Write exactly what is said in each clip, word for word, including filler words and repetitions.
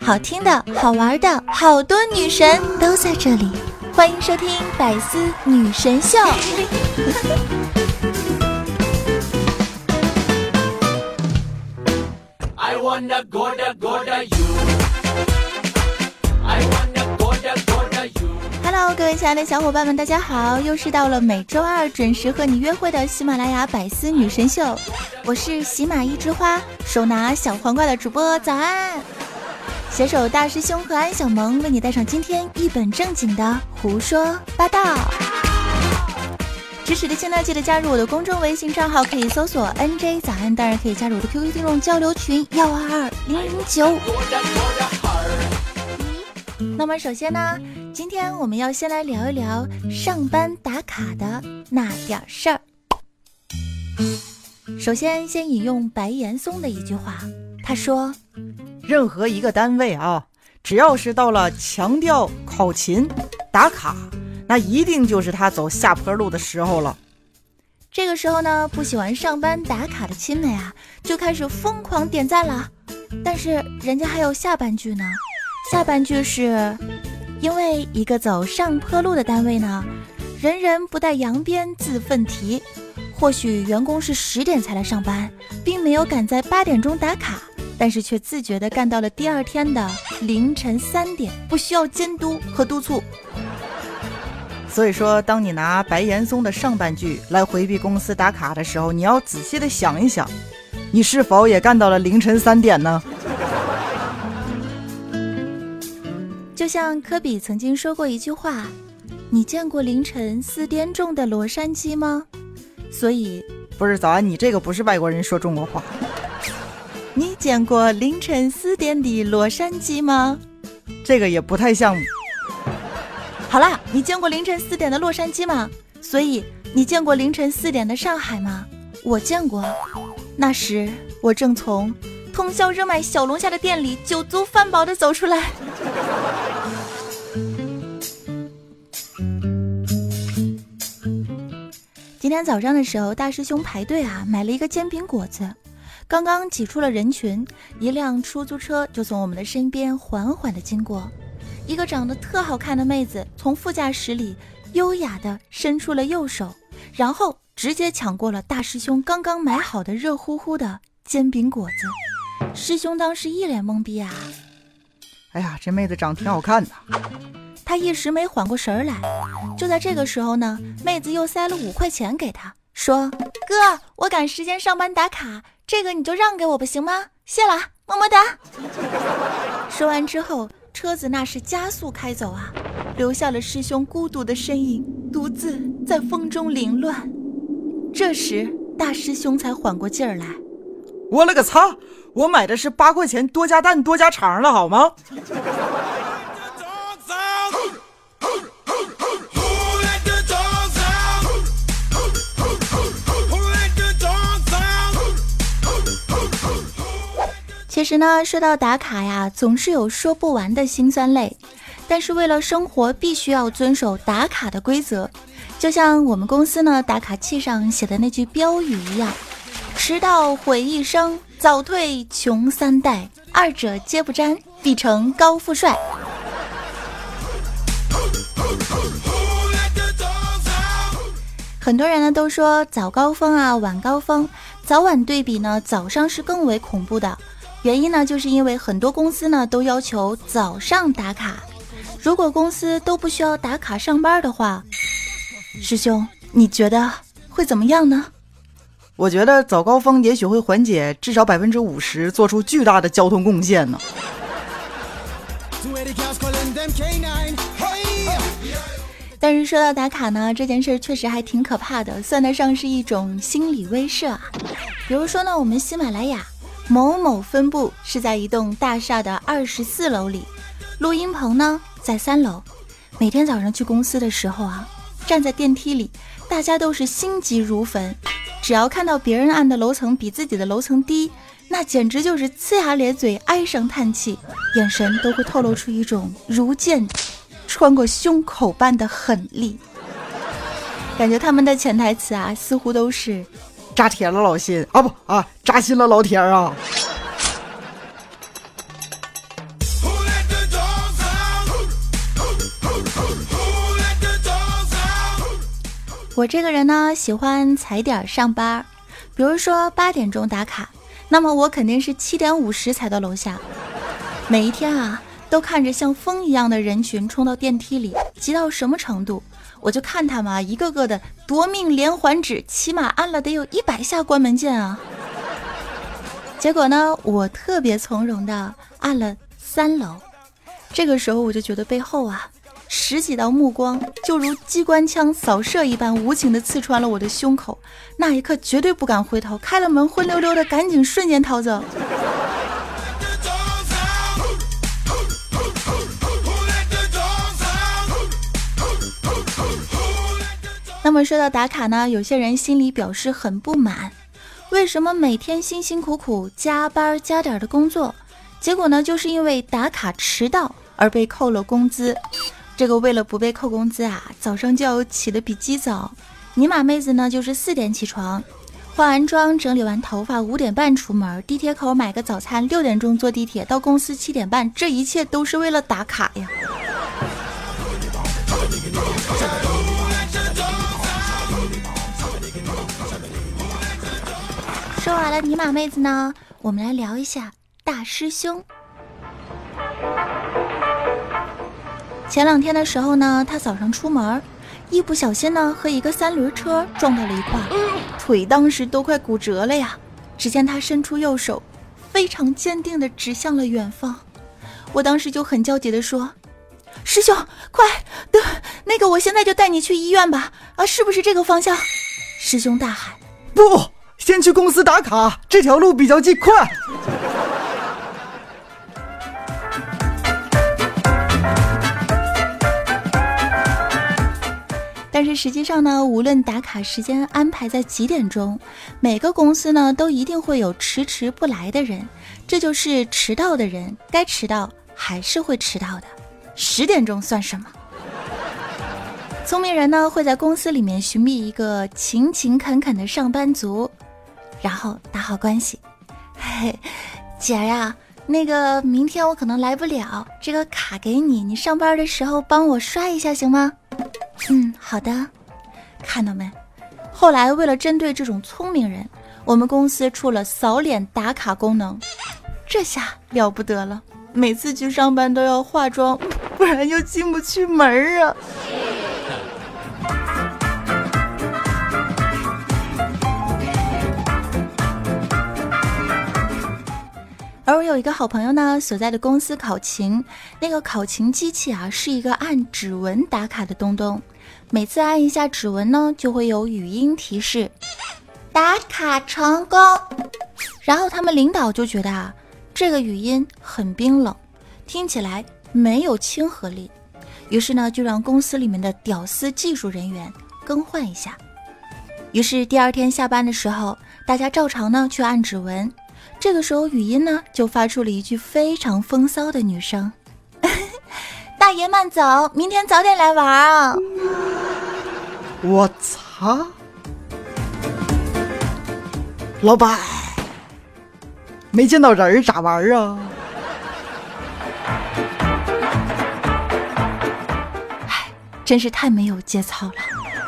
好听的、好玩的，好多女神都在这里，欢迎收听百思女神秀。I wanna go to go to you. I wanna go to go to you. Hello， 各位亲爱的小伙伴们，大家好！又是到了每周二准时和你约会的喜马拉雅百思女神秀，我是喜马一枝花，手拿小黄瓜的主播，早安！携手大师兄和安小萌，为你带上今天一本正经的胡说八道。支持的亲呢，记得加入我的公众微信账号，可以搜索 N J 早安，当然可以加入我的 Q Q 听众交流群幺二二零零九。那么首先呢，今天我们要先来聊一聊上班打卡的那点事儿。首先先引用白岩松的一句话，他说， 任何一个单位啊，只要是到了强调考勤打卡，那一定就是他走下坡路的时候了。 这个时候呢，不喜欢上班打卡的亲们啊，就开始疯狂点赞了。但是人家还有下半句呢，下半句是因为一个走上坡路的单位呢，人人不带扬鞭自奋蹄，或许员工是十点才来上班，并没有赶在八点钟打卡，但是却自觉地干到了第二天的凌晨三点，不需要监督和督促。 所以说，当你拿白岩松的上半句来回避公司打卡的时候，你要仔细的想一想，你是否也干到了凌晨三点呢？ 就像科比曾经说过一句话，你见过凌晨四点钟的洛杉矶吗？所以不是，早安，你这个不是外国人说中国话。 你见过凌晨四点的洛杉矶吗？ 这个也不太像。 好啦，你见过凌晨四点的洛杉矶吗？所以你见过凌晨四点的上海吗？我见过，那时我正从通宵热卖小龙虾的店里酒足饭饱地走出来。今天早上的时候，大师兄排队啊，买了一个煎饼果子。刚刚挤出了人群，一辆出租车就从我们的身边缓缓地经过。一个长得特好看的妹子从副驾驶里优雅地伸出了右手，然后直接抢过了大师兄刚刚买好的热乎乎的煎饼果子。师兄当时一脸懵逼啊！ 哎呀，这妹子长得挺好看的。 他一时没缓过神来。就在这个时候呢，妹子又塞了五块钱给他，说：哥，我赶时间上班打卡，这个你就让给我吧，行吗？谢了，么么哒。说完之后，车子那是加速开走啊，留下了师兄孤独的身影，独自在风中凌乱。这时大师兄才缓过劲儿来， 我了个擦，我买的是八块钱多加蛋多加肠了，好吗？ 其实呢，说到打卡呀，总是有说不完的辛酸泪，但是为了生活必须要遵守打卡的规则，就像我们公司呢打卡器上写的那句标语一样，迟到毁一生，早退穷三代，二者皆不沾，必成高富帅。很多人呢都说早高峰啊晚高峰，早晚对比呢，早上是更为恐怖的。原因呢，就是因为很多公司呢都要求早上打卡。如果公司都不需要打卡上班的话，师兄，你觉得会怎么样呢？ 我觉得早高峰也许会缓解至少百分之五十，做出巨大的交通贡献呢。 但是说到打卡呢，这件事确实还挺可怕的，算得上是一种心理威慑啊。比如说呢，我们喜马拉雅某某分部是在一栋大厦的二十四楼里，录音棚呢在三楼。每天早上去公司的时候啊，站在电梯里，大家都是心急如焚，只要看到别人按的楼层比自己的楼层低，那简直就是呲牙咧嘴，唉声叹气，眼神都会透露出一种如剑穿过胸口般的狠厉。感觉他们的潜台词啊，似乎都是扎铁了老心啊，不啊，扎心了老铁啊。 我这个人呢，喜欢踩点上班，比如说八点钟打卡，那么我肯定是七点五十才到楼下。每一天啊，都看着像风一样的人群冲到电梯里，急到什么程度？我就看他们啊，一个个的夺命连环指，起码按了得有一百下关门键啊。结果呢，我特别从容的按了三楼。这个时候我就觉得背后啊，十几道目光就如机关枪扫射一般无情的刺穿了我的胸口，那一刻绝对不敢回头，开了门灰溜溜的赶紧瞬间逃走。那么说到打卡呢，有些人心里表示很不满，为什么每天辛辛苦苦加班加点的工作，结果呢就是因为打卡迟到而被扣了工资。这个为了不被扣工资啊，早上就要起得比鸡早。尼玛妹子呢就是四点起床，化完妆整理完头发，五点半出门，地铁口买个早餐，六点钟坐地铁到公司七点半，这一切都是为了打卡呀。说完了尼玛妹子呢，我们来聊一下大师兄。前两天的时候呢，他早上出门，一不小心呢和一个三轮车撞到了一块，腿当时都快骨折了呀。只见他伸出右手，非常坚定地指向了远方。我当时就很焦急地说：师兄快的，那个我现在就带你去医院吧，啊，是不是这个方向？师兄大喊： 不，先去公司打卡，这条路比较近，快！ 但是实际上呢，无论打卡时间安排在几点钟，每个公司呢都一定会有迟迟不来的人，这就是迟到的人，该迟到还是会迟到的。十点钟算什么？聪明人呢会在公司里面寻觅一个勤勤恳恳的上班族，然后打好关系。嘿，姐呀，那个明天我可能来不了，这个卡给你，你上班的时候帮我刷一下行吗？嗯，好的。看到没？后来为了针对这种聪明人，我们公司出了扫脸打卡功能，这下了不得了，每次去上班都要化妆，不然就进不去门啊。而我有一个好朋友呢，所在的公司考勤，那个考勤机器啊，是一个按指纹打卡的东东。每次按一下指纹呢，就会有语音提示打卡成功。然后他们领导就觉得啊，这个语音很冰冷，听起来没有亲和力，于是呢，就让公司里面的屌丝技术人员更换一下。于是第二天下班的时候，大家照常呢去按指纹。这个时候语音呢就发出了一句非常风骚的女声：大爷慢走，明天早点来玩啊。 我操，老板没见到人咋玩啊？ 唉，真是太没有节操了。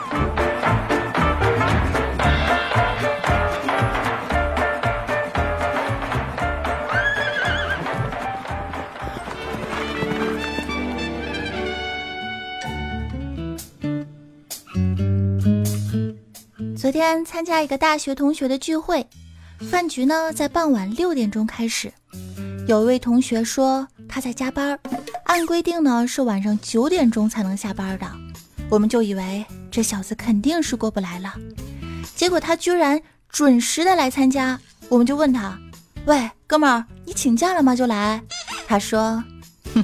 昨天参加一个大学同学的聚会，饭局呢在傍晚六点钟开始。有一位同学说他在加班，按规定呢是晚上九点钟才能下班的。我们就以为这小子肯定是过不来了，结果他居然准时的来参加。我们就问他：喂，哥们儿，你请假了吗？就来。他说： 哼，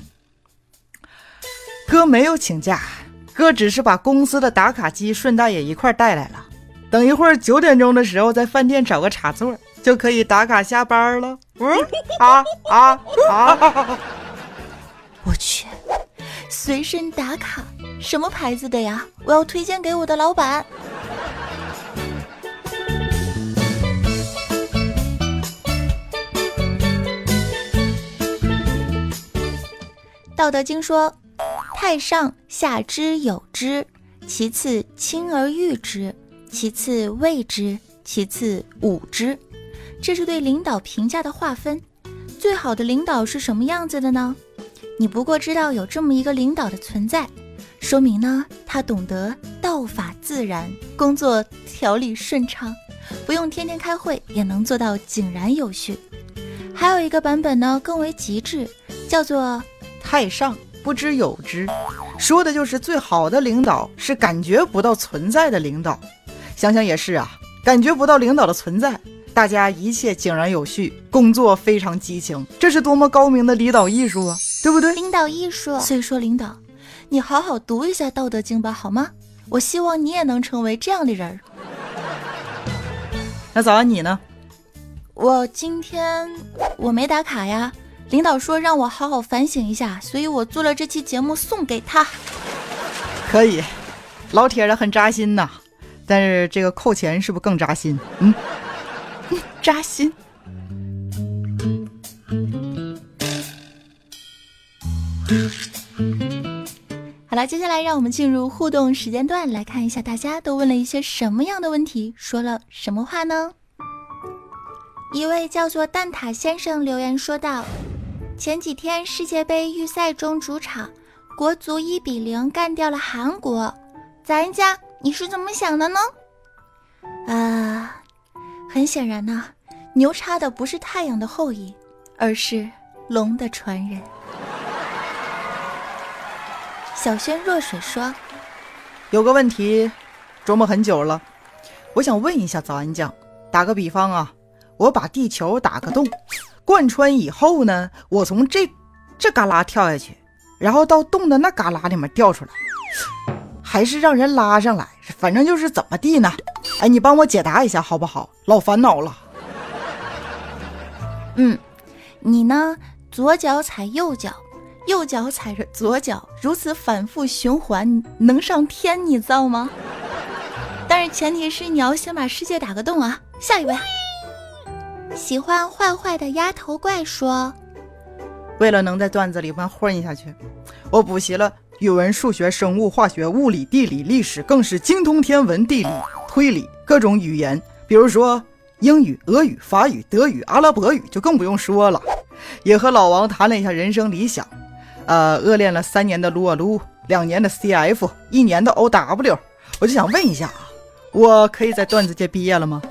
哥没有请假，哥只是把公司的打卡机顺带也一块带来了。等一会儿九点钟的时候，在饭店找个插座，就可以打卡下班了。嗯啊啊啊！ 我去，随身打卡，什么牌子的呀？我要推荐给我的老板。道德经说：太上下之有之， 其次亲而誉之，其次畏之，其次侮之。这是对领导评价的划分。最好的领导是什么样子的呢？你不过知道有这么一个领导的存在，说明呢，他懂得道法自然，工作条理顺畅，不用天天开会也能做到井然有序。还有一个版本呢更为极致，叫做太上不知有之，说的就是最好的领导是感觉不到存在的领导。想想也是啊，感觉不到领导的存在，大家一切井然有序，工作非常激情，这是多么高明的领导艺术啊，对不对？ 领导艺术。所以说领导，你好好读一下《道德经》吧，好吗？我希望你也能成为这样的人。 那早安你呢？ 我今天我没打卡呀，领导说让我好好反省一下，所以我做了这期节目送给他。 可以，老铁的很扎心呐，但是这个扣钱是不是更扎心？嗯，扎心。 好了，接下来让我们进入互动时间段，来看一下大家都问了一些什么样的问题，说了什么话呢？一位叫做蛋挞先生留言说道，前几天世界杯预赛中主场国足一比零干掉了韩国，咱家你是怎么想的呢？啊，很显然呢，牛叉的不是太阳的后裔，而是龙的传人。小轩若水说， 有个问题琢磨很久了，我想问一下早安酱，打个比方啊，我把地球打个洞，贯穿以后呢，我从这这旮旯跳下去，然后到洞的那旮旯里面掉出来，还是让人拉上来，反正就是怎么地呢？哎，你帮我解答一下好不好？老烦恼了。 嗯，你呢，左脚踩右脚，右脚踩着左脚，如此反复循环，能上天你造吗？但是前提是你要先把世界打个洞啊。下一位，喜欢坏坏的丫头怪说， 为了能在段子里边混下去，我补习了语文、数学、生物、化学、物理、地理、历史，更是精通天文、地理、推理各种语言，比如说英语、俄语、法语、德语、阿拉伯语就更不用说了。也和老王谈了一下人生理想，呃，恶练了三年的撸啊撸，两年的 C F， 一年的 O W。 我就想问一下啊，我可以在段子界毕业了吗？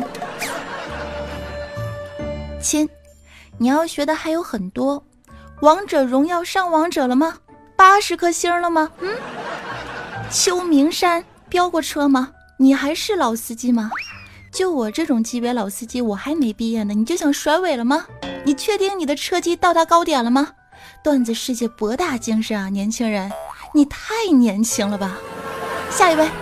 亲，你要学的还有很多。王者荣耀上王者了吗？八十颗星了吗？嗯，秋名山飙过车吗？你还是老司机吗？就我这种级别老司机，我还没毕业呢，你就想甩尾了吗？你确定你的车技到达高点了吗？段子世界博大精深啊，年轻人，你太年轻了吧。下一位。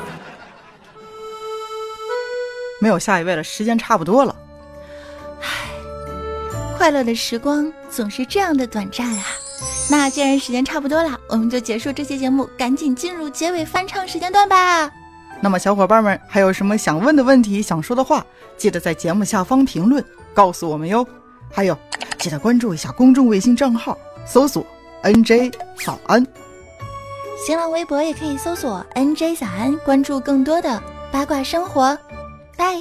没有下一位了，时间差不多了。 唉，快乐的时光总是这样的短暂啊。那既然时间差不多了，我们就结束这期节目，赶紧进入结尾翻唱时间段吧。 那么小伙伴们还有什么想问的问题、想说的话，记得在节目下方评论告诉我们哟。还有记得关注一下公众微信账号，搜索 N J 早安， 新浪微博也可以搜索 N J 早安，关注更多的八卦生活。拜。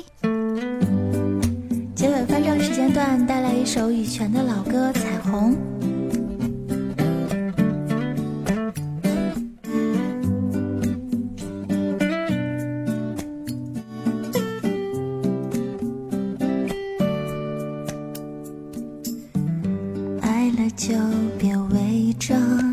结尾翻唱时间段带来一首羽泉的老歌《彩虹》。爱了就别伪装，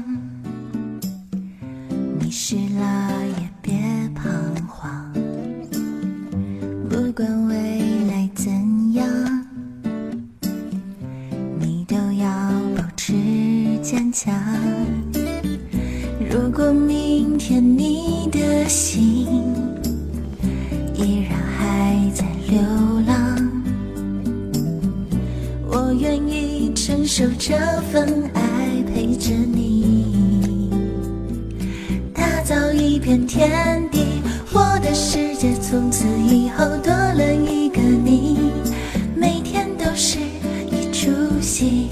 迷失了也别彷徨，不管未来怎样，你都要保持坚强。如果明天你的心依然还在流浪，我愿意承受这份爱，陪着你打造一片天地。我的世界从此以后多了一个你，每天都是一出戏，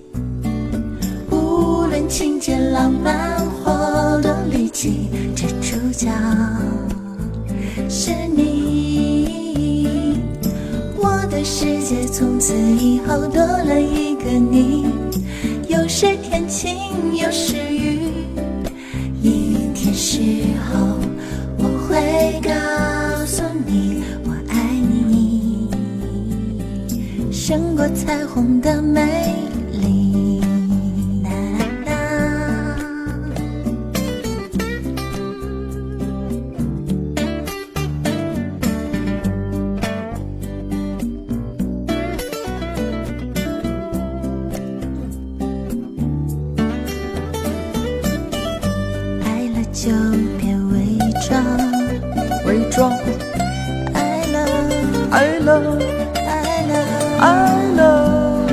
无论情节浪漫或多离奇，这主角的世界从此以后多了一个你，有时天晴有时雨，一天时候我会告诉你我爱你，胜过彩虹的美丽。就别伪装， 伪装， 爱了， 爱了， 爱了， 爱了。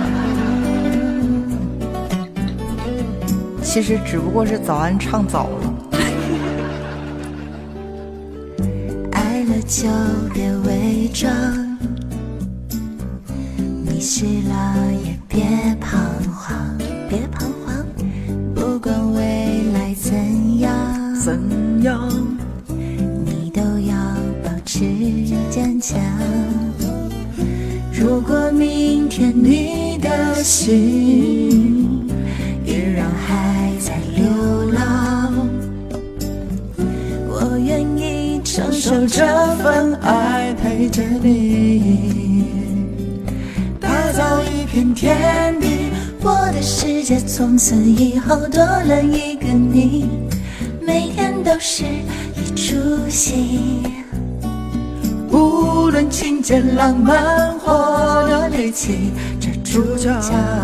其实只不过是早安唱早了。 爱了就别伪装，迷失了也别彷徨，别彷徨，不管未来怎样。 怎样？ 你都要保持坚强。如果明天你的心依然还在流浪，我愿意承受这份爱，陪着你，打造一片天地。我的世界从此以后多了一个你，每天都是一出戏，无论情节浪漫或者离奇，这主角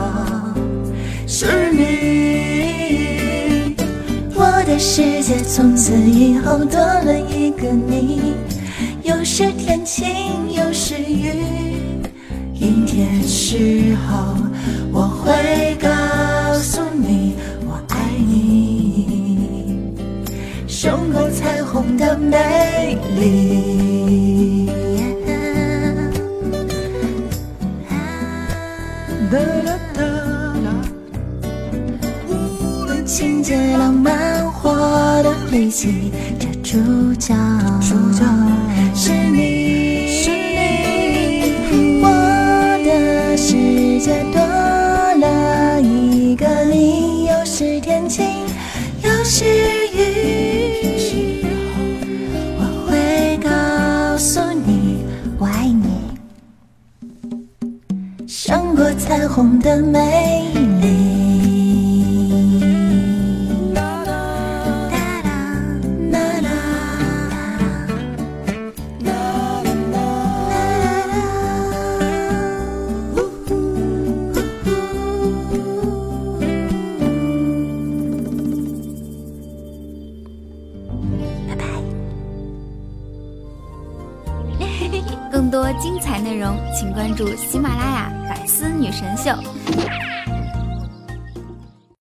是你。我的世界从此以后多了一个你，有时天晴有时雨，阴天时候我会告诉你我爱你，胜过彩虹的美丽。哒啦哒啦，无论情节浪漫或者离奇，这主角主角是你，是你。我的世界多了一个你，有时天晴有时雨，我会告诉你我爱你，胜过彩虹的美丽。 更多精彩内容，请关注喜马拉雅百思女神秀。